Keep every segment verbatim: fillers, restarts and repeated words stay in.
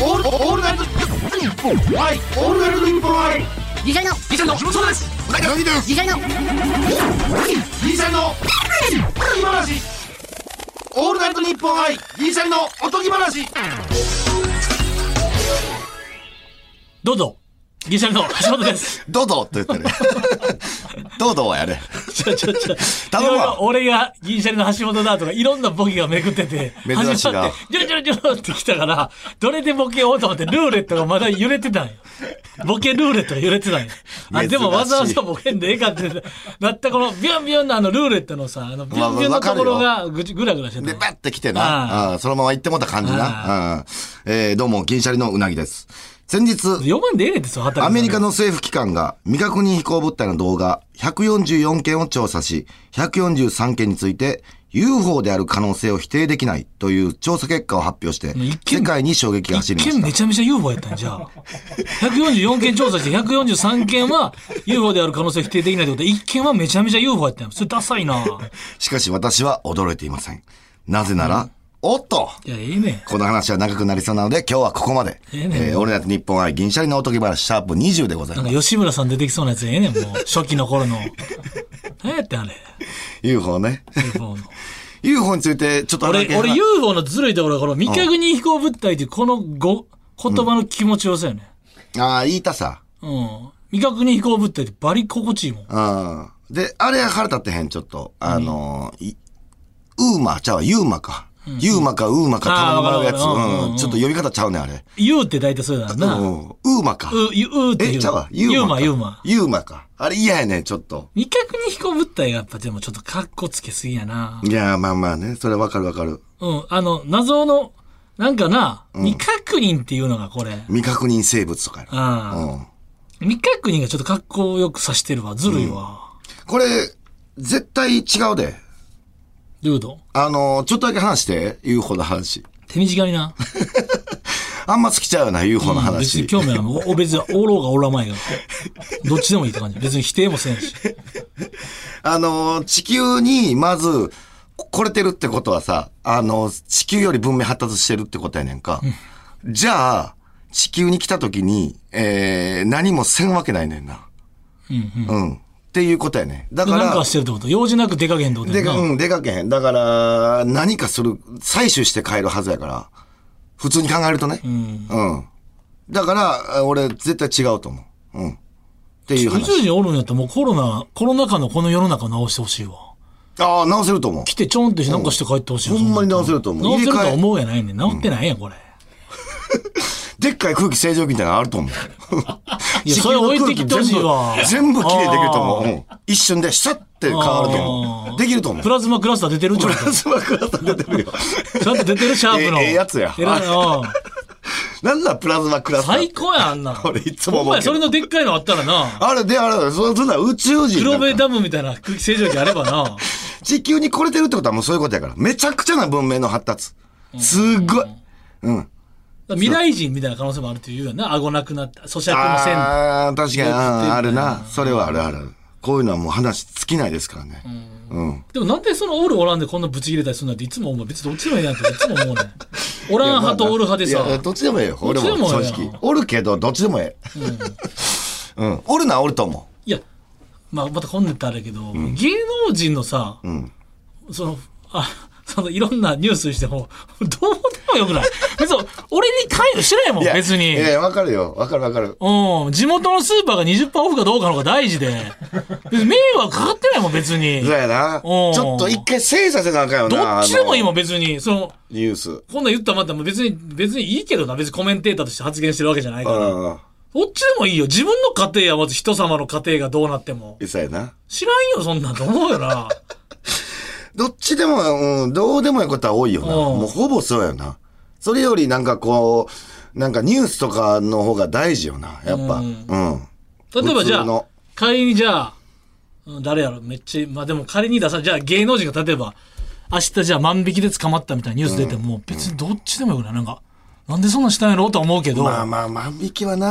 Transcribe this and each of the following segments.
オールオールナイトニッポン愛オールナイトニッポン愛ギリシャリのギリシャリのそうですうなぎですギリシャリのギリシャリの今話オールナイトニッポン愛ギリシャリのおとぎ話。 どうぞギリシャリの橋本です。 どうぞって言ってるどうぞやれちょちょちょ頼むわ。 俺がギリシャリの橋本だとかいろんなボケが巡ってて珍しいな始まってジョロジョロジョロってきたからどれでボケようと思ってルーレットがまだ揺れてたんよ。ボケルーレットが揺れてたんよ。あでもわざわざボケんでええかってなったこのビュンビュンのあのルーレットのさあのビュンビュンのところがぐグラグラしてたでバッて来てなあそのまま行ってもった感じな、えー、どうも銀シャリのうなぎです。先日よばんでええねんですよ。 アメリカの政府機関が未確認飛行物体の動画ひゃくよんじゅうよんけんを調査しひゃくよんじゅうさんけんについて ユーフォー である可能性を否定できないという調査結果を発表して世界に衝撃が走りました。 一件めちゃめちゃ ユーフォー やったんじゃあひゃくよんじゅうよんけん調査してひゃくよんじゅうさんけんは ユーフォー である可能性を否定できないってことでいっけんはめちゃめちゃ ユーフォー やったんや。それダサいな。 しかし私は驚いていません。なぜなら、うんおっといや、いいね。 この話は長くなりそうなので、今日はここまで。 ええねん。 えー、俺らと日本愛銀シャリのおとぎ話、シャープにじゅうでございます。 なんか吉村さん出てきそうなやつええねん、もう。初期の頃の。何やってんあれ。 ユーフォー ね。 ユーフォー の。 ユーフォー について、ちょっと俺、俺 ユーフォー のずるいところは、この未確認飛行物体っていうこのご、言葉の気持ちよさよね。 うん、ああ、言いたさ。 うん。未確認飛行物体ってバリ心地いいもん。 ああ。で、あれ腹立ってへん、ちょっと。あのー、ウーマちゃうわ、ユーマか。ユーマかウーマか頼んでもらうやつ。うん。ちょっと呼び方ちゃうね、あれ。 ユーって大体そうだな。 うん。ウーマか。 う、うーって言う。 え、ちゃうわ。ユーマ。 ユーマ。 ユーマか。あれ嫌やね、ちょっと。 未確認飛行物体がやっぱでもちょっとカッコつけすぎやな。 いや、まあまあね。それわかるわかる。 うん。あの、謎の、なんかな、未確認っていうのがこれ。 未確認生物とかやな。 ああ。うん。未確認がちょっと格好よくさしてるわ。ずるいわ。 うん、これ、絶対違うで。 どういうこと？ あの、ちょっとだけ話して、ユーフォー の話。 手短にな。 あんま好きちゃうよな、ユーフォー の話。うん、 別に興味はもう、別におろうがおらまいが。どっちでもいいって感じ。別に否定もせんし。 あの、地球に、まず、来れてるってことはさ、あの、地球より文明発達してるってことやねんか。うん、じゃあ、地球に来た時に、えー、何もせんわけないねんな。 うんうん。 うんっていうことやね。だから。 なんかしてるってこと用事なく出かけへんってことやな。 で、うん、出かけへん。だから、何かする、採取して帰るはずやから。普通に考えるとね。うん。うん。だから、俺、絶対違うと思う。うん。っていう話。 宇宙人おるんやったらもうコロナ、コロナ禍のこの世の中直してほしいわ。 ああ、直せると思う。 来てちょんってなんかして帰ってほしい、 うん。ほんまに直せると思う。 直せると思うやないねん。直ってないやん、これ。 でっかい空気清浄機みたいなのあると思う。 いや、それ置いてきてほしいわ。 全部綺麗できると思う。うん、一瞬でシャッて変わると思う。できると思う。 プラズマクラスター出てるんじゃん。 プラズマクラスター出てるよ。 ちゃんと出てるシャープの。 ええやつや。 えらいな。 なんだプラズマクラスター。 最高やん、あんな。 俺いつも思う。 それのでっかいのあったらな。 あれで、あれ、そんな宇宙人。 黒部ダムみたいな空気清浄機あればな。 地球に来れてるってことはもうそういうことやから。めちゃくちゃな文明の発達。すっごい。うん。 未来人みたいな可能性もあるっていうよな。顎なくなった。咀嚼の線。 ああ、確かに。あるな。それはあるある。こういうのはもう話尽きないですからね。うん。 でもなんでそのおるおらんでこんなブチ切れたりするんだっていつも思う。別にどっちでもいいなっていつも思うね。おらん派とおる派でさ。 いや、どっちでもええよ。俺も正直。おるけど、どっちでもええ。うん。おるのはおると思う。 いや、まあまたこんねったあれやけど、芸能人のさ、その、あ、そのいろんなニュースにしても、どうでもよくない別に、俺に関与してないもん、別に。 いやいや、わかるよ。わかるわかる。 うん。地元のスーパーが にじゅっパーセント オフかどうかの方が大事で。別に迷惑かかってないもん、別に。 そうやな。ちょっと一回精査せなあかんよな。 どっちでもいいもん、別に。その、 ニュース。 こんなん言ったらまた別に、別にいいけどな。別にコメンテーターとして発言してるわけじゃないから。どっちでもいいよ。自分の家庭やまず人様の家庭がどうなっても。 そうやな。 知らんよ、そんなんと思うよな。 どっちでも、うん、どうでもいいことは多いよな。もうほぼそうやな。それよりなんかこう、なんかニュースとかの方が大事よな、やっぱ。うん。うん、 例えばじゃあ、仮にじゃあ、誰やろ、めっちゃ、まあでも仮に出さ、じゃあ芸能人が例えば、明日じゃあ万引きで捕まったみたいなニュース出ても、うん、別にどっちでもよくない。なんか、なんでそんなんしたんやろうと思うけど。 まあまあ万引きはな。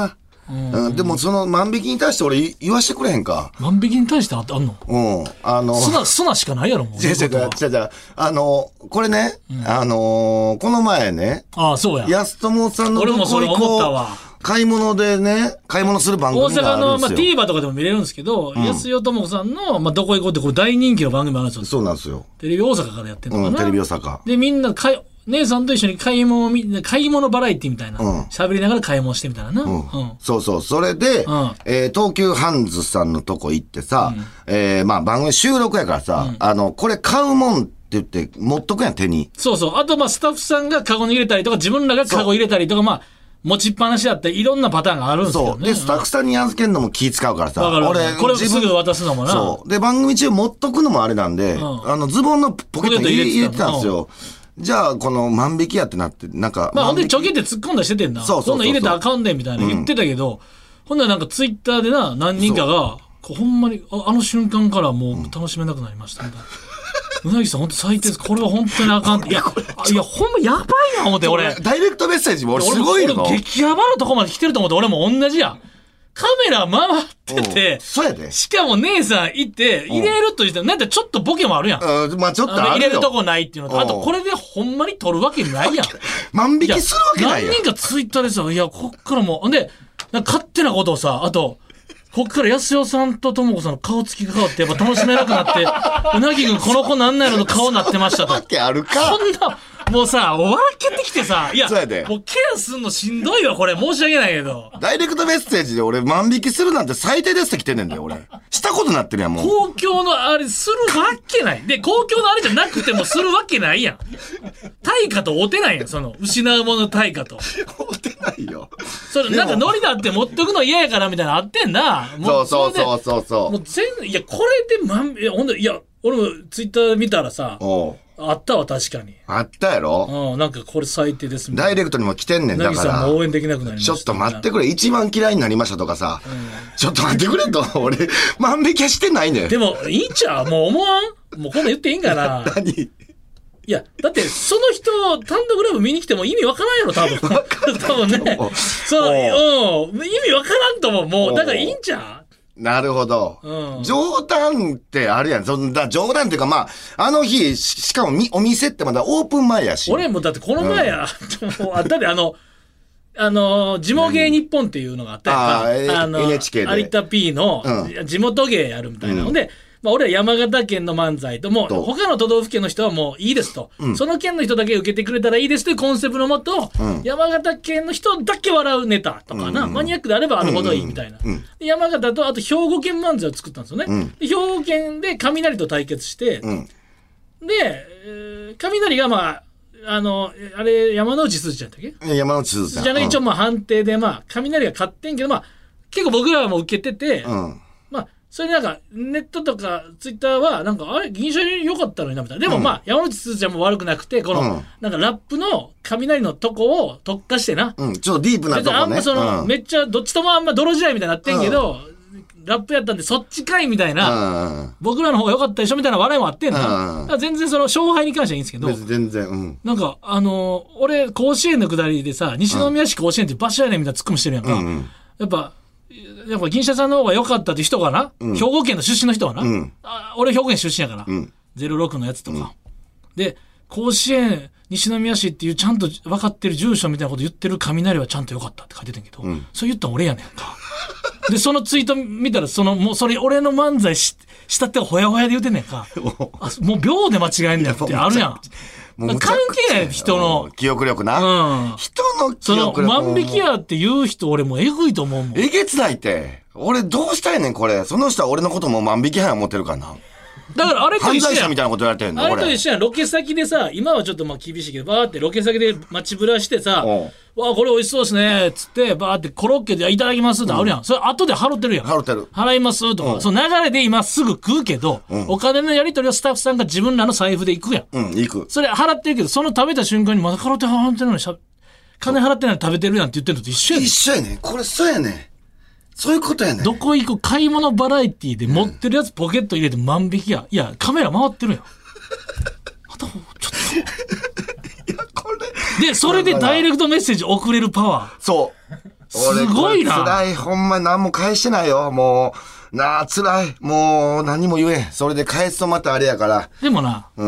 うん、でもその万引きに対して俺言わしてくれへんか。 万引きに対してああんの？ うん。あの、 砂、砂しかないやろ、もう。 違う違う違う違う。あの、これね、うん、あのー、この前ね。 ああ、そうや。 安友さんのとこ俺もそれ思ったわ。 買い物でね、買い物する番組があるんですよ。 大阪の、まあ、TVer とかでも見れるんですけど、うん、安代智子さんの、まあ、どこ行こうってこれ大人気の番組あるんですよ。 そうなんですよ。 テレビ大阪からやってるのかな。 うん、テレビ大阪。 で、みんな買い、姉さんと一緒に買い物み、買い物バラエティみたいな。喋、うん、りながら買い物してみたいな。うんうん、そうそう。それで、うん、えー、東急ハンズさんのとこ行ってさ、うん、えー、まあ番組収録やからさ、うん、あの、これ買うもんって言って持っとくやん、手に。 そうそう。あと、まあスタッフさんがカゴに入れたりとか、自分らがカゴ入れたりとか、まあ、持ちっぱなしだったり、いろんなパターンがあるんですよね。 そう。で、スタッフさんに預けるのも気使うからさ。 だから俺、これをすぐ渡すのもな。 そう。で、番組中持っとくのもあれなんで、うん、あの、ズボンのポケットに入れてたんですよ。じゃあ、この万引きやってなって、なんか。 まあ、ほんでちょけって突っ込んだりしててんな。そうそうそうそう。そんなん入れたらあかんねんみたいな言ってたけど、うん、ほんならなんかツイッターでな、何人かが、こうほんまにあ、あの瞬間からもう楽しめなくなりましたみたいな。うなぎさんほんと最低です。これは本当にあかんって。いや、いや、ほんまやばいな思って俺。 ダイレクトメッセージも俺すごいの。 俺激ヤバのとこまで来てると思って俺も同じやん。カメラ回ってて、 そうやで。 しかも姉さん行って、入れると言って、なんかちょっとボケもあるやん。 うん、まあちょっとあるよ。 入れるとこないっていうのと、あとこれでほんまに撮るわけないやん。 万引きするわけないやん。 何人かツイッターでさ、いや、こっからもう、ほんで、なんか勝手なことをさ、あと、こっから安代さんと智子さんの顔つきが変わって、やっぱ楽しめなくなって、うなぎくんこの子なんないのの顔になってましたと。 わけあるか。 こんな、もうさ、笑けてきてさ、いや、もうケアすんのしんどいわ、これ。申し訳ないけど。 ダイレクトメッセージで俺万引きするなんて最低ですって来てんねんだよ、俺。したことなってるやん、もう。 公共のあれするわけない。で、公共のあれじゃなくてもするわけないやん。対価と合うてないやん、その、失うもの対価と。 合うてないよ。 それ、なんかノリだって持っとくの嫌やからみたいなのあってんな。 もうそうそうそうそう。 もう全然、いや、これで万、いや、ほんと、いや、俺もツイッター見たらさ、あったわ、確かに。 あったやろ。 うん、なんかこれ最低ですみたいな。ダイレクトにも来てんねん、だから。 なぎさんも応援できなくなりました。 ちょっと待ってくれ、一番嫌いになりましたとかさ、うん、ちょっと待ってくれと、俺、万引きはしてないねん。 でも、いいんちゃうもう思わんもうこんなん言っていいんかな何いや、だって、その人、単独ライブ見に来ても意味わからんやろ、多分。多分ね。そう、うん。意味わからんと思う。もう、だからいいんちゃうなるほど、うん。冗談ってあるやん。そんな冗談っていうかまあ、あの日、し, しかもみお店ってまだオープン前やし。 俺もだってこの前や、うん、あったであの、あの、地元芸日本っていうのがあったやんか。あの、エヌエイチケー で。有田 P の地元芸やるみたいなので、うんまあ、俺は山形県の漫才と、もう他の都道府県の人はもういいですと、うん、その県の人だけ受けてくれたらいいですというコンセプトのもと、うん、山形県の人だけ笑うネタとかな、うんうん、マニアックであればあるほどいいみたいな、うんうん、で山形とあと兵庫県漫才を作ったんですよね、うん、で兵庫県で雷と対決して、うん、で、えー、雷がまああのあれ山之内すずちゃんだっけ山之内すずちゃんじゃあ一応まあ判定でまあ雷が勝ってんけどまあ結構僕らも受けてて、うんそれなんか、ネットとかツイッターは、なんか、あれ、銀シャリ良かったのにな、みたいな。でもまあ、うん、山内すずちゃんも悪くなくて、この、うん、なんかラップの雷のとこを特化してな。 うん、ちょっとディープなとこね。 あんまその、うん、めっちゃ、どっちともあんま泥試合みたいになってんけど、うん、ラップやったんで、そっちかいみたいな、うん、僕らの方が良かったでしょみたいな笑いもあってんの。うん、全然その、勝敗に関してはいいんですけど。 全然、うん。 なんか、あのー、俺、甲子園の下りでさ、西宮市甲子園って場所やねんみたいなツッコミしてるやんか。うんうん、やっぱ、やっぱ銀シャさんの方が良かったって人がな、うん、兵庫県の出身の人はな、うん、あ俺兵庫県出身やから、うん、ゼロろくのやつとか、うん、で甲子園西宮市っていうちゃんと分かってる住所みたいなこと言ってる雷はちゃんと良かったって書いてたんけど、うん、そう言ったら俺やねんかでそのツイート見たらそのもうそれ俺の漫才 し, したってほやほやで言うてんねんかあもう秒で間違えんねんってあるやんもう関係ない人の記憶力な、うん、人の記憶力その万引きやって言う人俺もうえぐいと思うもんえげつないって俺どうしたいねんこれその人は俺のことも万引き犯思ってるからなだからあれと一緒やん犯罪者みたいなこと言われてんのあれと一緒やんロケ先でさ今はちょっとまあ厳しいけどバーってロケ先で街ぶらしてさわあこれ美味しそうですねっつってバーってコロッケでいただきますってあるやん、うん、それ後で払ってるやん払ってる払いますとか、うん、その流れで今すぐ食うけど、うん、お金のやり取りをスタッフさんが自分らの財布で行くやんうん行くそれ払ってるけどその食べた瞬間にまだカロテ払ってないのにしゃ金払ってないのに食べてるやんって言ってるのと一緒やねん一緒やねんこれそうやねんそういうことやねんどこ行く買い物バラエティで持ってるやつポケット入れて万引きやいやカメラ回ってるやんあとちょっといやこれでそれでダイレクトメッセージ送れるパワーそうすごいな。 辛い、ほんまに何も返してないよ。もう、なあ、辛い。もう、何も言えん。それで返すとまたあれやから。 でもな、 うん。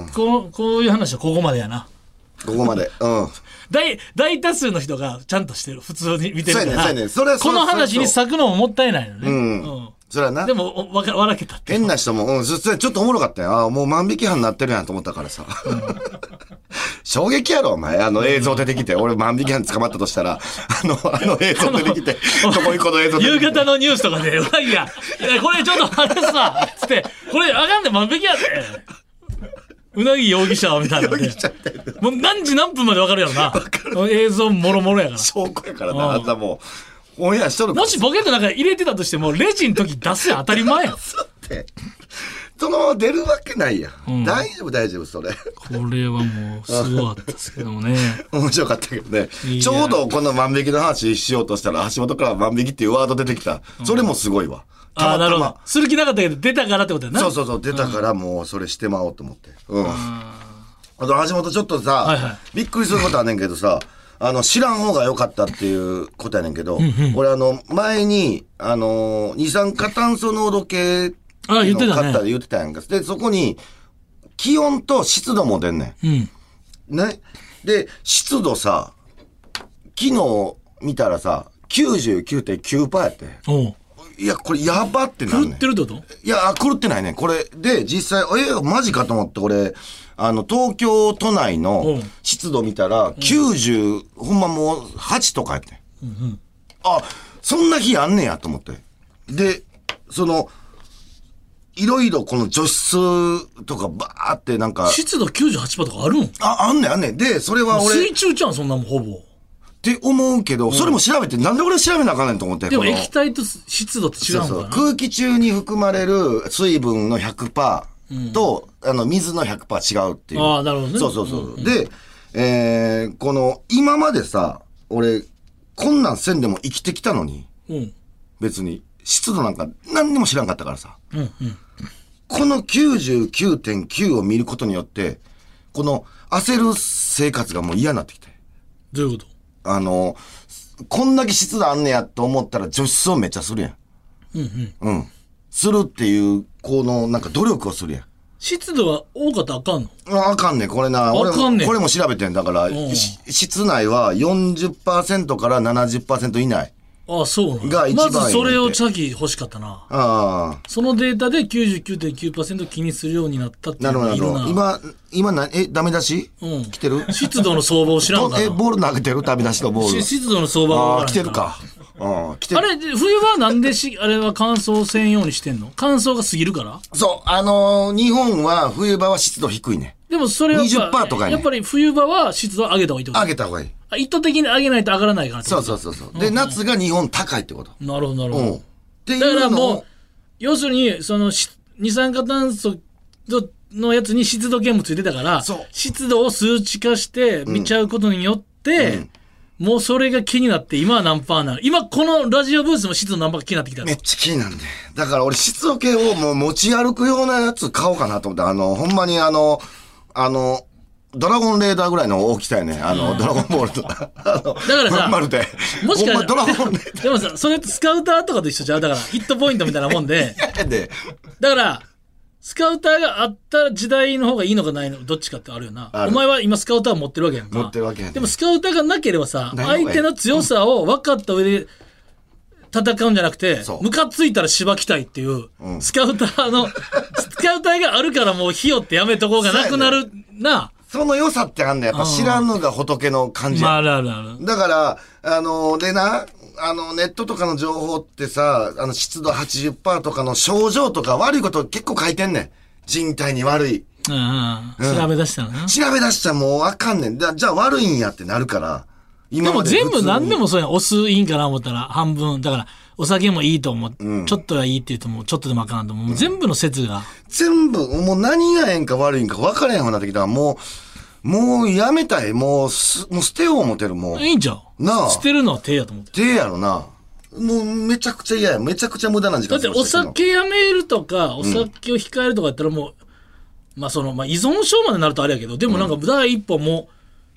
こう、こういう話はここまでやな。 ここまで。うん。 大、大多数の人がちゃんとしてる。普通に見てるから。 そうやねん、そうやねん。それはこの話に咲くのももったいないのね。 うん。 うん。 それはな。 でも、わか、笑けたって。 変な人も、うん、それちょっとおもろかったよ。ああ、もう万引き犯になってるやんと思ったからさ。うん、衝撃やろ、お前。あの映像出てきて。俺万引き犯捕まったとしたら、あの、あの映像出てきて、どこにこの映像出てきて。 夕方のニュースとかで、うわいや、いや、これちょっと話すわ。つって、これあかんで万引きやで。うなぎ容疑者みたいなので。もう何時何分までわかるやろな。映像もろもろやから。 証拠やからな、あんなもう。オンエアしとるから。 もしポケットの中に入れてたとしても、レジの時出すやん当たり前やん。 そうって。そのまま出るわけないやん。うん、大丈夫大丈夫、それ。これはもう、すごかったですけどもね。 面白かったけどね。ちょうどこの万引きの話しようとしたら、橋本から万引きっていうワード出てきた。それもすごいわ。 うん、ああ、なるほど。する気なかったけど、出たからってことやな。 そうそうそう、出たからもうそれしてまおうと思って。うん。あと橋本ちょっとさ、はいはい、びっくりすることはねんけどさ、あの知らん方が良かったっていうことやねんけど、うんうん、俺あの前にあの二酸化炭素濃度計の買ったで言ってたやんか。でそこに気温と湿度も出んねん。うん、ね。で湿度さ、昨日見たらさ きゅうじゅうきゅうてんきゅうパーセント やって。いやこれやばってなんねん。 狂ってるってこと？ いや狂ってないねん。これで実際えマジかと思って俺。あの、東京都内の湿度見たら、きゅうじゅう、うん、ほんまもうはちとかやって、うんうん。あ、そんな日あんねやと思って。で、その、いろいろこの除湿とかバーってなんか。 湿度 きゅうじゅうはちパーセント とかあるの？ あ、あんねんあんねん。で、それは俺。 水中ちゃん、そんなもんほぼ。 って思うけど、うん、それも調べて、なんで俺調べなあかんねんと思って。 でも液体と湿度って違うのかな？そうそう。 空気中に含まれる水分の ひゃくパーセント。と、うん、あの、水の ひゃくパーセント 違うっていう。 ああ、なるほどね。 そうそうそう。うんうん、で、えー、この、今までさ、俺、こんなんせんでも生きてきたのに、うん、別に、湿度なんか何にも知らんかったからさ。うんうん、この きゅうじゅうきゅうてんきゅう を見ることによって、この、焦る生活がもう嫌になってきて。 どういうこと？ あの、こんだけ湿度あんねやと思ったら除湿をめっちゃするやん。うんうん。うん。するっていう、この、なんか努力をするやん。 湿度は多かったらあかんの？ あ、あかんねん、これな。俺も、これも調べてんだから、室内は よんじゅっパーセント から ななじゅっパーセント 以内。 ああ、そうなんが一番いい。 まずそれを先欲しかったな。 ああ。 そのデータで きゅうじゅうきゅうてんきゅうパーセント 気にするようになったっていうのがいるな。なるほど。 今、今な、え、ダメ出し？うん。来てる？ 湿度の相場を知らんかな。 え、ボール投げてる？ダメ出しのボール。 湿度の相場は。 ああ、来てるか。 ああ、来てる。あれ、冬はなんでし、あれは乾燥せんようにしてんの？乾燥が過ぎるから？ そう。あのー、日本は冬場は湿度低いね。 でもそれはやっぱにじゅっパーセント とかね。 やっぱり冬場は湿度を上げた方がいいってこと？ 上げた方がいい。 意図的に上げないと上がらないからってこと？そうそうそうそう。で、うん、夏が日本高いってこと。 なるほど、なるほど。うん、 っていうのだからもう、要するに、その、二酸化炭素のやつに湿度計もついてたから、湿度を数値化して見ちゃうことによって、うんうんもうそれが気になって、今は何パーなの？今このラジオブースも湿度何パーか気になってきたの？ めっちゃ気になるんで。だから俺湿度計をもう持ち歩くようなやつ買おうかなと思って、あの、ほんまにあの、あの、ドラゴンレーダーぐらいの大きさやね。あの、うん、ドラゴンボールとか。あの、 だからさ、 まるで。 もしかしたら、 ドラゴンレーダー。 でもさ、それってスカウターとかと一緒じゃん。だから、ヒットポイントみたいなもんで。 でだから、スカウターがあった時代の方がいいのかないのどっちかってあるよな。お前は今スカウター持ってるわけやんか。 持ってるわけやん、ね。 でもスカウターがなければさ、相手の強さを分かった上で戦うんじゃなくて、ムカついたらしばきたいっていう、うん、スカウターの、スカウターがあるからもうひよってやめとこうがなくなるな。 その良さってあんだよ。やっぱ知らんのが仏の感じや。 まあ、あるあるある。 だから、あの、でな、あの、ネットとかの情報ってさ、あの、湿度 はちじゅっパーセント とかの症状とか悪いこと結構書いてんねん。人体に悪い。 うんうん。調べ出したらな。 調べ出したらもうあかんねん。じゃあ悪いんやってなるから。 今まででも全部何でもそうやん。お酢いいんかな思ったら半分。だから、お酒もいいと思う。うん、ちょっとはいいって言うともうちょっとでもあかんと思う。もう全部の説が。 全部、もう何がええんか悪いんか分からへんようになってきたら、もう、もうやめたい。もう、すもう捨てよう思てる、もう。 いいんじゃん。なあ。捨てるのは手やと思ってる。 手やろな。もうめちゃくちゃ嫌や。めちゃくちゃ無駄な時間だってお酒やめるとか、お酒を控えるとかやったらもう、うん、まあその、まあ依存症までなるとあれやけど、でもなんか第一歩も、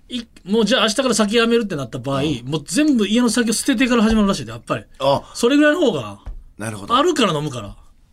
いもうじゃあ明日から酒やめるってなった場合、うん、もう全部家の酒を捨ててから始まるらしいで、やっぱり。あ、それぐらいの方が、なるほど。あるから飲むから。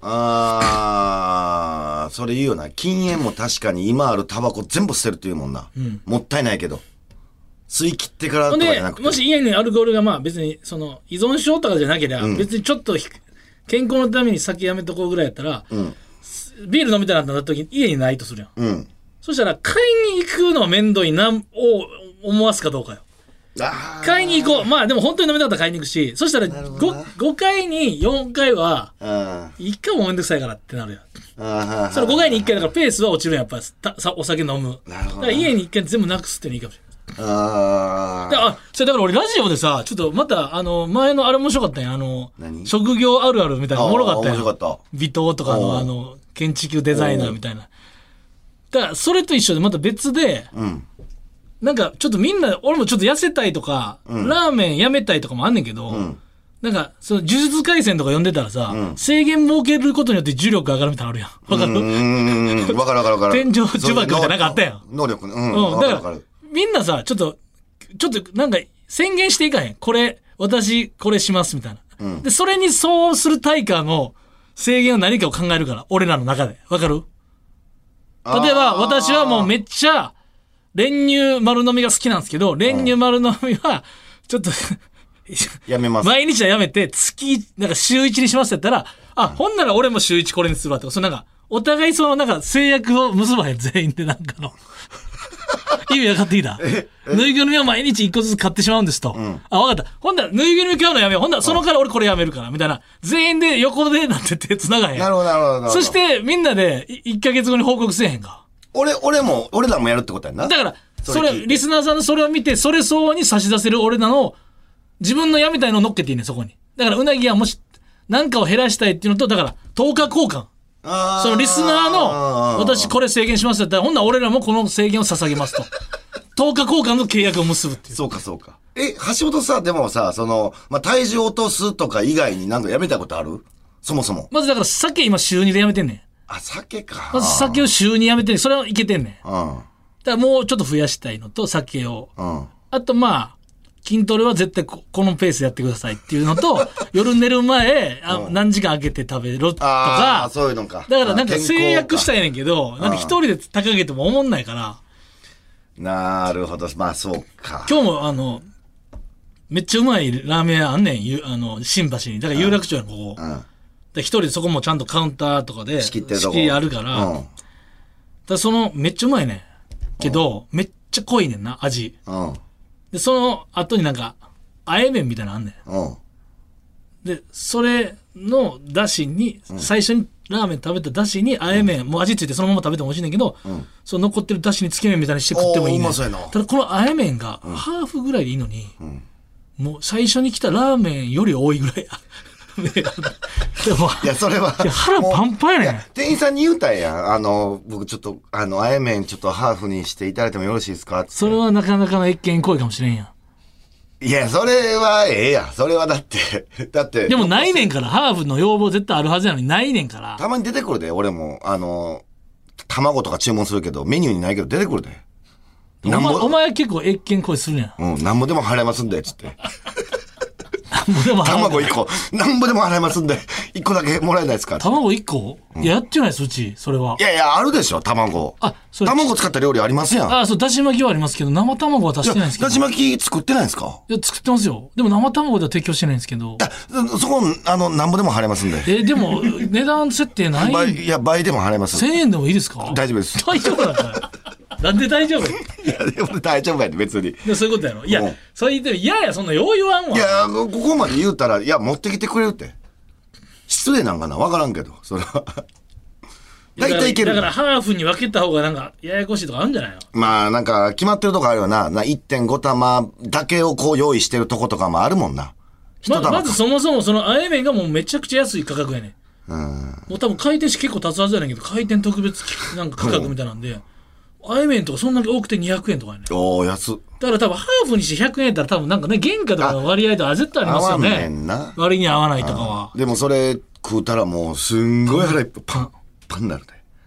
あー、それ言うよな。禁煙も確かに今あるタバコ全部捨てるって言うもんな。うん、もったいないけど。吸い切ってからとかじゃなくて。 もし家にアルコールがまあ別に、その、依存症とかじゃなければ、うん、別にちょっと健康のために酒やめとこうぐらいやったら、うん、ビール飲みたいなった時に家にないとするやん。うん、そしたら買いに行くのめんどいなを思わすかどうかよ。買いに行こう。まあでも本当に飲みたかったら買いに行くし、そしたら 5, ごかいによんかいはいっかいもめんどくさいからってなるよ。それごかいにいっかいだからペースは落ちるやん、やっぱりお酒飲む。だから家にいっかい全部なくすってのいいかもしれない。ああ。それだから俺ラジオでさ、ちょっとまたあの前のあれ面白かったんや。あの、職業あるあるみたいなおもろかったやん。面白かった。微糖とかのあの、建築デザイナーみたいな。だからそれと一緒でまた別で、うん、なんかちょっとみんな、俺もちょっと痩せたいとか、うん、ラーメンやめたいとかもあんねんけど、うん、なんかその呪術廻戦とか読んでたらさ、うん、制限設けることによって重力上がるみたいなのあるやん。わかる？ うん。わかるわかるわかる。 天井呪縛みたいななんかあったやん。 能力、うん。 うん。だから、みんなさ、ちょっと、ちょっとなんか宣言していかへん。これ、私、これしますみたいな。うん、で、それにそうする対価の制限は何かを考えるから、俺らの中で。わかる？例えば、私はもうめっちゃ、練乳丸飲みが好きなんですけど、練乳丸飲みは、ちょっとやめます。 毎日はやめて、月、なんか週一にしますって言ったら、あ、ほんなら俺も週一これにするわとか、そのなんか、お互いそのなんか制約を結ばへん、全員でなんかの。意味分かってきた？ぬいぐるみを毎日一個ずつ買ってしまうんですと。うん、あ、分かった。ほんなら、ぬいぐるみ買うのやめよう。ほんなら、そのから俺これやめるから、みたいな。全員で横でなって手繋がへん。 なるほど、なるほど。 そして、みんなでいっかげつごに報告せえへんか。 俺、俺も、俺らもやるってことやんな。 だから、それ、リスナーさんのそれを見て、それ相応に差し出せる俺らの、自分のやみたいのを乗っけていいねん、そこに。だから、うなぎはもし、なんかを減らしたいっていうのと、だから、とおか交換。そのリスナーの、私これ制限しますって言ったら、ほんなら俺らもこの制限を捧げますと。とおか交換の契約を結ぶっていう。 そうか、そうか。え、橋本さ、でもさ、その、まあ、体重落とすとか以外になんかやめたことある？そもそも。 まずだから、酒今週にでやめてんねん。 あ、酒か。 まず酒を週にやめてんねん。それはいけてんねん。うん。だからもうちょっと増やしたいのと、酒を。うん。あとまあ、筋トレは絶対 こ, このペースやってくださいっていうのと、夜寝る前、あ、うん、何時間空けて食べろとか。 ああ、そういうのか。 だからなんか制約したいねんけど、なんか一人で高げても思んないから。 なるほど。まあそうか。 今日もあの、めっちゃうまいラーメン屋あんねん。あの、新橋に。だから有楽町やん、ここ。うん。で一人でそこもちゃんとカウンターとかで仕切ってるとこ仕切りあるから、うん、だそのめっちゃうまいねんけど、うん、めっちゃ濃いねんな味、うん、でその後になんかあえ麺みたいなのあんねん、うん、でそれのだしに、うん、最初にラーメン食べただしにあえ麺、うん、もう味ついてそのまま食べても美味しいねんけど、うん、その残ってるだしにつけ麺みたいにして食ってもいいねん。ただこのあえ麺がハーフぐらいでいいのに、うん、もう最初に来たラーメンより多いぐらいやでもいやそれは腹パンパンやねん。 店員さんに言うたんや。あの僕ちょっとあのあえ麺ちょっとハーフにしていただいてもよろしいですかって。 それはなかなかの越見行為かもしれんやん。 いやそれはええや。それはだってだってでもないねんから。ハーフの要望絶対あるはずやのにないねんから。 たまに出てくるで。俺もあの卵とか注文するけどメニューにないけど出てくるで。 お前お前は結構越見行為するやん。うん、なんぼでも払えますんでつって卵いっこなんぼでも払いますんでいっこだけもらえないですか。 卵いっこ、うん、いややってないですうちそれは。 いやいやあるでしょ卵。あそれ卵使った料理ありますやん。 あそうだし巻きはありますけど生卵は出してないんですけど。 だし巻き作ってないんですか。 いや作ってますよ。でも生卵では提供してないんですけど。 そこあのなんぼでも払いますんで。 えでも値段設定ない倍。いや倍でも払います。 せんえんでもいいですか。 大丈夫です。 大丈夫なんだなんで大丈夫。いやでも大丈夫やね別に。 でそういうことやろ。いや、うん、そう言っても嫌やそんなよう言わんわ。 いやここまで言うたらいや持ってきてくれるって失礼なんかな分からんけどそれは大体いける。 だからハーフに分けた方がなんかややこしいとかあるんじゃないの。 まあなんか決まってるとこあるよな。な いってんご 玉だけをこう用意してるとことかもあるもんな。 ま, まずそもそもそのあえ麺がもうめちゃくちゃ安い価格やねん。うんもう多分回転して結構経つはずやねんけど回転特別なんか価格みたいなんで、うんあえ麺とかそんなに多くてにひゃくえんとかやねん。 おー安っ。 だから多分ハーフにしてひゃくえんやったら多分なんかね原価とかの割合とか絶対ありますよね。合わんねんな。割に合わないとかは。 でもそれ食うたらもうすんごい腹いっぱいパンパンになるで。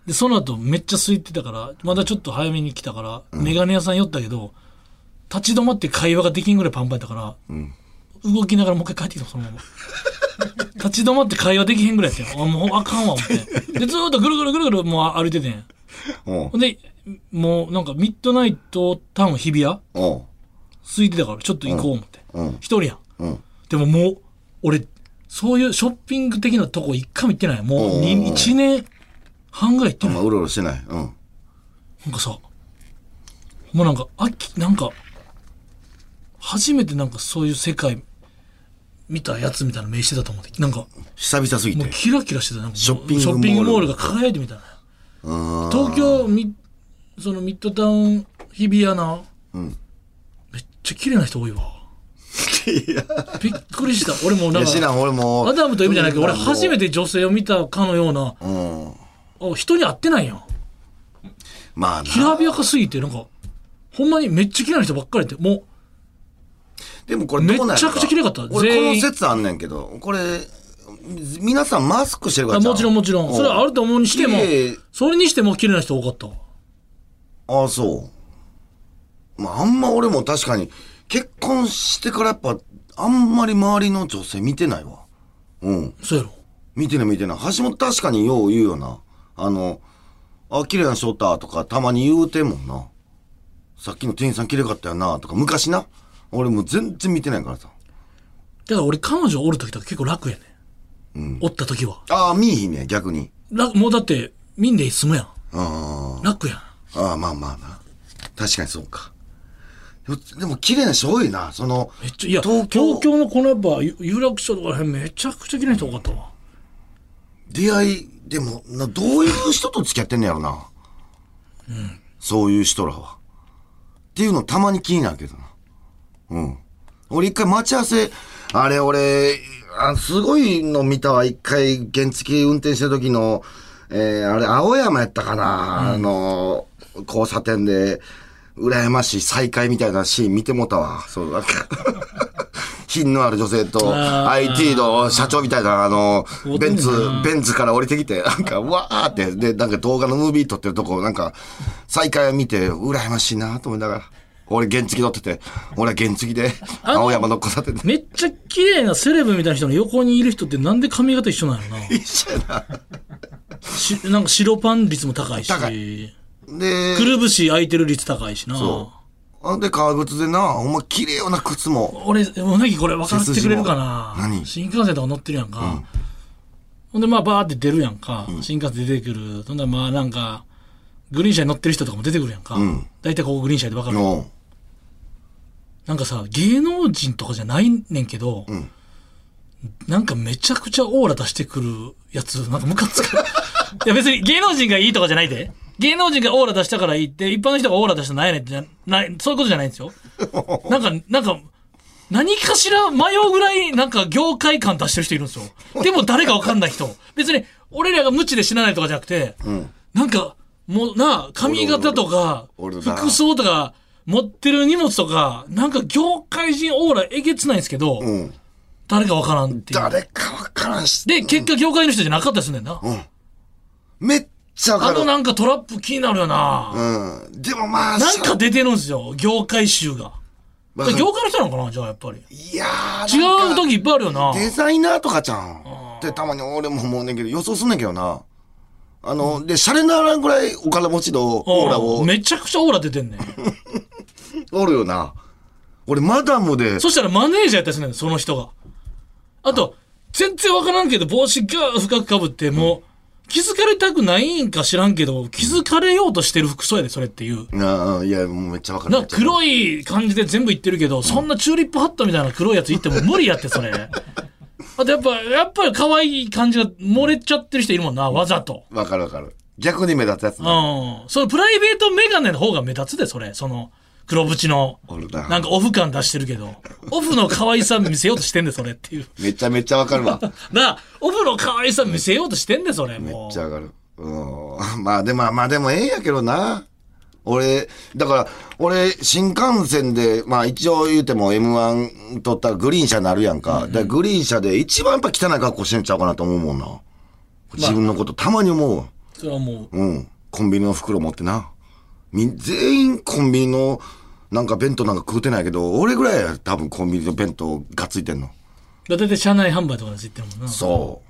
で、その後めっちゃ空いてたから、まだちょっと早めに来たから、うん、メガネ屋さん寄ったけど、立ち止まって会話ができんぐらいパンパンやったから、うん、動きながらもう一回帰ってきた、そのまま。立ち止まって会話できへんぐらいやったよ。あ、もうあかんわ、思って。で、ずーっとぐるぐるぐるぐるもう歩いててん。で、もうなんかミッドナイトタウン日比谷空いてたからちょっと行こう思って。一人やん、うん。でももう、俺、そういうショッピング的なとこ一回も行ってない。もういちねんはんぐらい行ってない。 あんまうろうろしてない。うん。 なんかさ、もうなんか、あき、なんか、初めてなんかそういう世界見たやつみたいな目してたと思って。なんか、 久々すぎて。 もうキラキラしてた。なんかショッピングモール。 ショッピングモールが輝いてみたいな。東京ミ、そのミッドタウン日比谷な、うん、めっちゃ綺麗な人多いわ。びっくりした。俺もなんか、 俺もアダムという意味じゃないけど、俺初めて女性を見たかのような、うん、人に会ってないやん。 まあな。 きらびやかすぎて、なんか、ほんまにめっちゃ綺麗な人ばっかりって、もう、 でもこれどうなんやろか。 めちゃくちゃ綺麗かった。 俺この説あんねんけど、これ、皆さんマスクしてるからもちろんもちろん。それはあると思うにしても、それにしても綺麗な人多かったわ。 ああ、そう。まあ、あんま俺も確かに、結婚してからやっぱ、あんまり周りの女性見てないわ。うん。 そうやろ。 見てない見てない。橋本確かによう言うよな。あの、あ、綺麗な人おったとかたまに言うてんもんな。さっきの店員さん綺麗かったよなとか、昔な。俺もう全然見てないからさ。だから俺彼女おる時とか結構楽やね。うん。おった時は。 ああ、見えひんね、逆に。 もうだって、見んで済むやん。 ああ。 楽やん。 ああ、まあまあな。確かにそうか。でも綺麗な人多いな、その。 めっちゃ、いや、東京、東京のこのやっぱ、有楽町とからへんめちゃくちゃ綺麗な人多かったわ。 出会い、でも、などういう人と付き合ってんねやろな。うん。そういう人らは。っていうのたまに気になるけどな。うん。俺一回待ち合わせ、あれ俺、あすごいの見たわ、一回原付運転してる時の、えー、あれ、青山やったかな、うん、あの、交差点で、羨ましい再会みたいなシーン見てもたわ。そう、なんか、品のある女性と、アイティー の社長みたいな、あの、ベンツ、ベンツから降りてきて、なんか、うわーって、で、なんか動画のムービー撮ってるとこ、なんか、再会を見て、羨ましいなと思いながら。俺原付乗ってて、俺は原付で、青山の交差点で。 めっちゃ綺麗なセレブみたいな人の横にいる人ってなんで髪型一緒なのな。 一緒やな。 しなんか白パン率も高いし。 高い。で、 くるぶし空いてる率高いしな。 そう。で、革靴でな、お前綺麗よな靴も。 俺、うなぎこれ分からせてくれるかな。 何新幹線とか乗ってるやんか。うん、ほんで、まあ、バーって出るやんか。うん、新幹線出てくる。ほんで、まあ、なんか、グリーン車に乗ってる人とかも出てくるやんか。うん、だいたいここグリーン車で分かる。うんなんかさ、芸能人とかじゃないねんけど、うん、なんかめちゃくちゃオーラ出してくるやつ、なんかムカつく。いや別に芸能人がいいとかじゃないで。芸能人がオーラ出したからいいって、一般の人がオーラ出したらないねんってじゃない、そういうことじゃないんですよ。なんか、なんか、何かしら迷うぐらいなんか業界感出してる人いるんですよ。でも誰かわかんない人。別に俺らが無知で知らないとかじゃなくて、うん、なんか、もうな、髪型とか、服装とか、持ってる荷物とか、なんか業界人オーラえげつないんですけど、うん、誰かわからんっていう。 誰かわからんし。 で、結果業界の人じゃなかったりすんねんな。 うん。めっちゃわかる。 あのなんかトラップ気になるよな。 うん。でもまあ。 なんか出てるんですよ、業界集が。まあ、業界の人なのかなじゃあやっぱり。 いやー。違う時いっぱいあるよな。 デザイナーとかじゃん。ってたまに俺も思うねんけど、予想すんねんけどな。あの、うん、で、シャレならんぐらいお金持ちのオーラを。 めちゃくちゃオーラ出てんねん。 おるよな。俺マダムで。 そしたらマネージャーやったりするねん、その人が。あと、全然わからんけど帽子が深くかぶって、もう、気づかれたくないんか知らんけど、気づかれようとしてる服装やで、それっていう。 ああ、いや、もうめっちゃわかる。 な黒い感じで全部いってるけど、そんなチューリップハットみたいな黒いやついっても無理やって、それ。あとやっぱ、やっぱり可愛い感じが漏れちゃってる人いるもんな、わざと。 わかるわかる。逆に目立つやつね。 うん。そのプライベートメガネの方が目立つで、それ。その、黒縁の、なんかオフ感出してるけど、オフの可愛さ見せようとしてんで、それっていう。 めちゃめちゃわかるわ。 な、オフの可愛さ見せようとしてんで、それ。 めっちゃわかる。うん。まあでも、まあでもええやけどな。俺、だから、俺、新幹線で、まあ一応言うても エムワン 取ったらグリーン車になるやんか。うんうん、だグリーン車で一番やっぱ汚い格好してんちゃうかなと思うもんな。自分のことたまに思うわ。 それはもう。 うん。コンビニの袋持ってな。み、全員コンビニの、なんか弁当なんか食うてないけど、俺ぐらいや多分コンビニの弁当がっついてんの。 だいたい車内販売とかで知ってるもんな。 そう。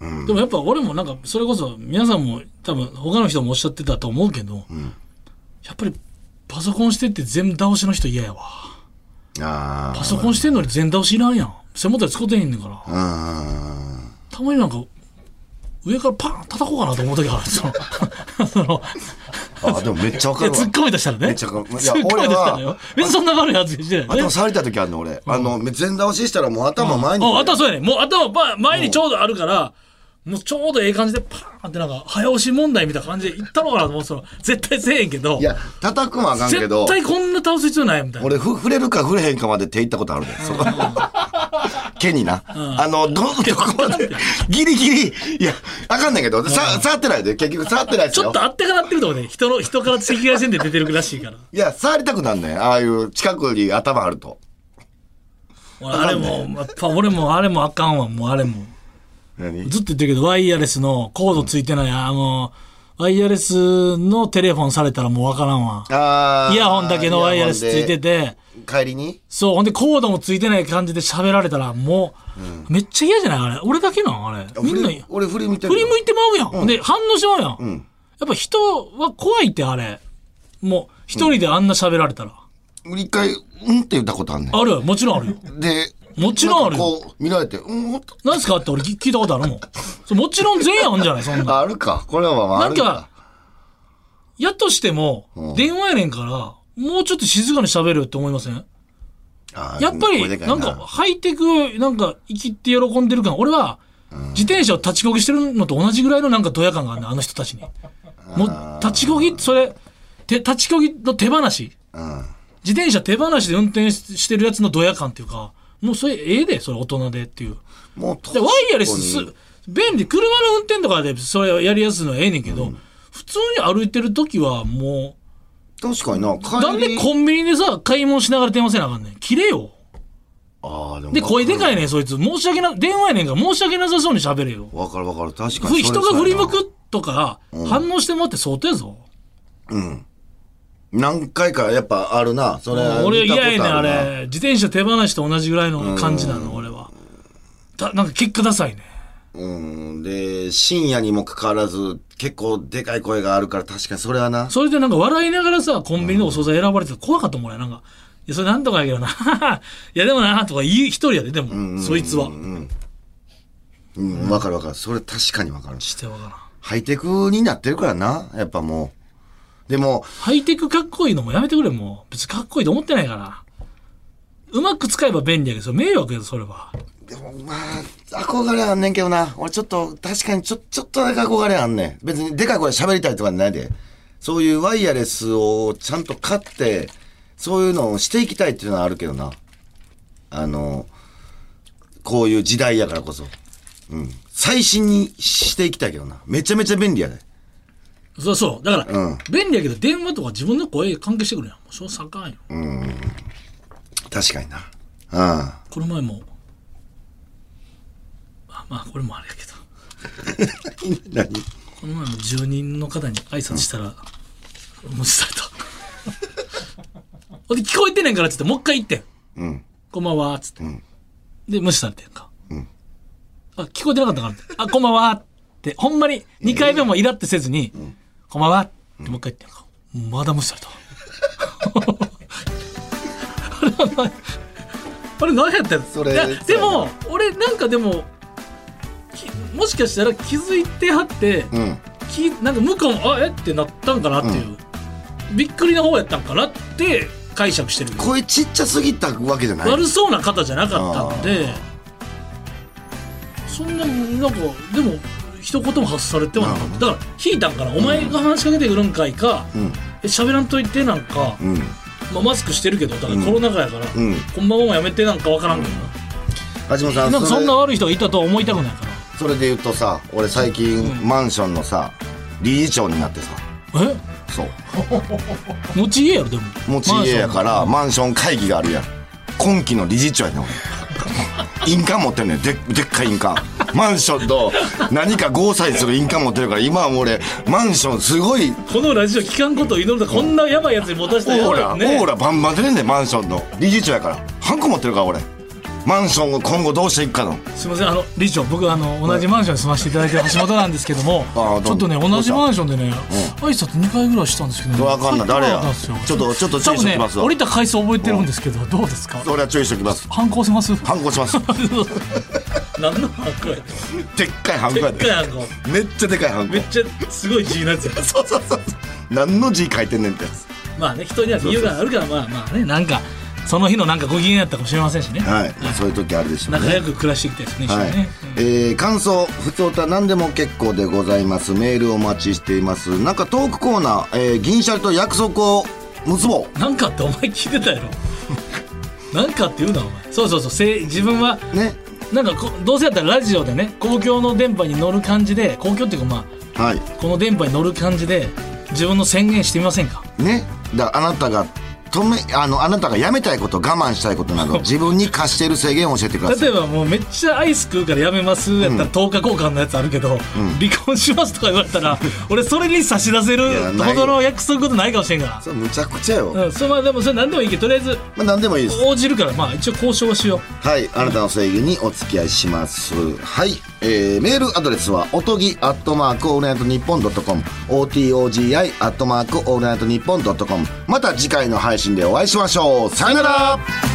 うん、 でもやっぱ俺もなんか、それこそ皆さんも多分他の人もおっしゃってたと思うけど、うん、やっぱりパソコンしてって全倒しの人嫌やわ。 あパソコンしてんのに全倒しいらんやん。背もたれ使ってへんねんから。たまになんか、上からパン叩こうかなと思う時あるんですよ。そのあでもめっちゃわかるわ。 突っ込みとしたらね。 めっちゃわかる。 いや、俺は。別にそんな悪いやつしてない、ね。 頭触りた時あるの、俺。あの、全倒ししたらもう頭前に。 あ、頭そうやね。もう頭前にちょうどあるから、もうちょうどええ感じでパーンってなんか、早押し問題みたいな感じでいったのかなと思ってたら、絶対せえへんけど。 いや、叩くもあかんけど。 絶対こんな倒す必要ないみたいな。 俺、ふ、触れるか触れへんかまで手いったことあるで。毛にな。あの、ど、どこまで、ギリギリ、いや、あかんねんけど、さ、触ってないで、結局触ってないですよ。 ちょっとあってかなってるとこね、人の、人から赤外線で出てるらしいから。 いや、触りたくなんねん。ああいう近くに頭あると。 あれも、やっぱ俺もあれもあかんわ、もうあれも。 何ずっと言ってるけど、ワイヤレスのコードついてない、あの、ワイヤレスのテレフォンされたらもうわからんわ。 あイヤホンだけのワイヤレスついてて、 帰りにそう、ほんでコードもついてない感じで喋られたら、もう、うん、めっちゃ嫌じゃないあれ。俺だけなんあれ。みんな、 俺振り向いてる。 振り向いてまうやん。うん、で、反応しまうやん。 うん、 やっぱ人は怖いってあれ。もう、一人であんな喋られたら。 うん、一回、うんって言ったことあんねん。 あるよ、もちろんあるよ。 で、 もちろんあるよ。 こう、見られて、うん、 何すかって俺聞いたことあるもん。もちろん全員あるんじゃないそんな。 あるか。これはまあ、 なんか、やとしても、電話やねんから、もうちょっと静かに喋るって思いません？やっぱり、なんか、ハイテク、なんか、生きて喜んでる感。俺は、自転車を立ちこぎしてるのと同じぐらいのなんかドヤ感があるねあの人たちに。もう、立ちこぎ、それ、て立ちこぎの手放し。自転車手放しで運転してるやつのドヤ感っていうか、もうそれええで、それ大人でっていう。 もうでワイヤレスす、便利、車の運転とかでそれやりやすいのはええねんけど、うん、普通に歩いてるときはもう、 確かにな。 なんでコンビニでさ、買い物しながら電話せなあかんねん。切れよ。 ああ、でも。 で、声でかいねん、そいつ。申し訳な、電話やねんから申し訳なさそうに喋れよ。 わかるわかる。確かに。 人が振り向くとか、うん、反応してもらって相当やぞ。 うん。何回かやっぱあるな。それは俺嫌やねん、あれ。自転車手放しと同じぐらいの感じなの、俺は。たなんか結果ダサいね。 うん。で、深夜にもかかわらず、結構でかい声があるから、確かにそれはな。 それでなんか笑いながらさ、コンビニのお惣菜選ばれてたら怖かったもんね。なんか、いや、それなんとかやけどな。いや、でもな、とか言う一人やで、でも、うんうん、そいつは。うん。 うん、わかるわかる。それ確かにわかる。 してわからん。 ハイテクになってるからな。やっぱもう。でも。 ハイテクかっこいいのもやめてくれ、もう。別にかっこいいと思ってないから。うまく使えば便利やけど、それ迷惑やで、それは。 でもまあ、憧れあんねんけどな。俺ちょっと、確かにちょ、ちょっとだけ憧れあんねん。別にでかい声喋りたいとかないで。そういうワイヤレスをちゃんと買って、そういうのをしていきたいっていうのはあるけどな。あの、こういう時代やからこそ。うん。最新にしていきたいけどな。めちゃめちゃ便利やで。 そうそう。だから、 うん、 便利やけど、電話とか自分の声関係してくるやん。もうそうさかんよ。 うん。確かにな。うん。 この前も、あまあ、これもあれやけど。何この前も住人の方に挨拶したら、うん、無視された。ほんで、聞こえてんねんからっつって、もう一回言ってん。 うん。 こんばんは、つって。 うん、 で、無視されてんか。 うん。 あ、聞こえてなかったからって。あ、こんばんはって、ほんまににかいめもイラってせずに、えーうん、こんばんはってもう一回言ってんか。まだ無視された。あれは何あれ何やったんそれいやでも俺なんかでももしかしたら気づいてはって、 うん、 きなんか向こうもあえってなったんかなっていう、うん、びっくりな方やったんかなって解釈してる。 声ちっちゃすぎたわけじゃない。 悪そうな方じゃなかったんで、そんななんかでも一言も発されてはなかった。だから引いたんかな、うん、お前が話しかけてくるんかいか、うん、え喋らんといてなんか、 うんまあ、マスクしてるけどだからコロナ禍やから、うん、こんばんはもやめてなんかわからんけどな、 橋本さんなんかそんな悪い人がいたとは思いたくないから。 それで言うとさ、俺最近、うん、マンションのさ理事長になってさ。 えそう持ち家やろ。でも持ち家やからマンション会議があるやん。今期の理事長やねん俺。印鑑持ってんねん。で, でっかい印鑑マンションと何かゴーサイする印鑑持ってるから、今はもう俺マンションすごいこのラジオ聞かんことを祈るとこんなやばいやつに持たせたらやオーラ、 ばいよね。 オーラバンバン出てんねんマンションの理事長やからハンコ持ってるから俺。マンションを今後どうしていくかの。 すみません、あの理事長、僕あの同じマンションに住ませていただいてる橋本なんですけども、 あちょっとね同じマンションでね、挨拶にかいぐらいしたんですけど、ね、 わかんない誰や帰ってこなかったんですよ。 ちょっとちょっと注意しておきますわ。 多分ね、降りた回数覚えてるんですけど、どうですか。 それは注意しておきます。 反抗せます。 反抗します何の反抗や。 でっかいハンコやでっかい反抗。 めっちゃでかいハンコめっちゃすごい字のやつや。 そうそうそう何の字書いてんねんってやつ。 まあね、人には理由があるから、まあまあね、なんかその日のなんかご機嫌やったかもしれませんしね。 はい、そういう時あるでしょうね。 仲良く暮らしていきたいですね。一緒はいにね。 えー感想ふつおた何でも結構でございます。メールお待ちしています。なんかトークコーナー、えー銀シャリと約束を結ぼうなんかってお前聞いてたやろ。なんかって言うなお前。そうそうそう、せ自分はね。 なんかこどうせやったらラジオでね、公共の電波に乗る感じで、公共っていうかまあはいこの電波に乗る感じで自分の宣言してみませんか。 ね。だからあなたが止めあのあなたがやめたいこと我慢したいことなど自分に課している制限を教えてください。 例えばもうめっちゃアイス食うからやめますやったらとおか交換のやつあるけど、離婚しますとか言われたら俺それに差し出せるいやないほどの約束ことないかもしれんから。 それむちゃくちゃよ、 うん、それまあでもそれ何でもいいけどとりあえずまあ、何でもいいです。 応じるから、まあ一応交渉はしよう。 はい、あなたの正義にお付き合いします。はい、えー、メールアドレスはおとぎアットマークオールナイトニッポンドットコム オーティーオージーアイ アットマークオールナイトニッポンドットコム。また次回の配信でお会いしましょう。さよなら。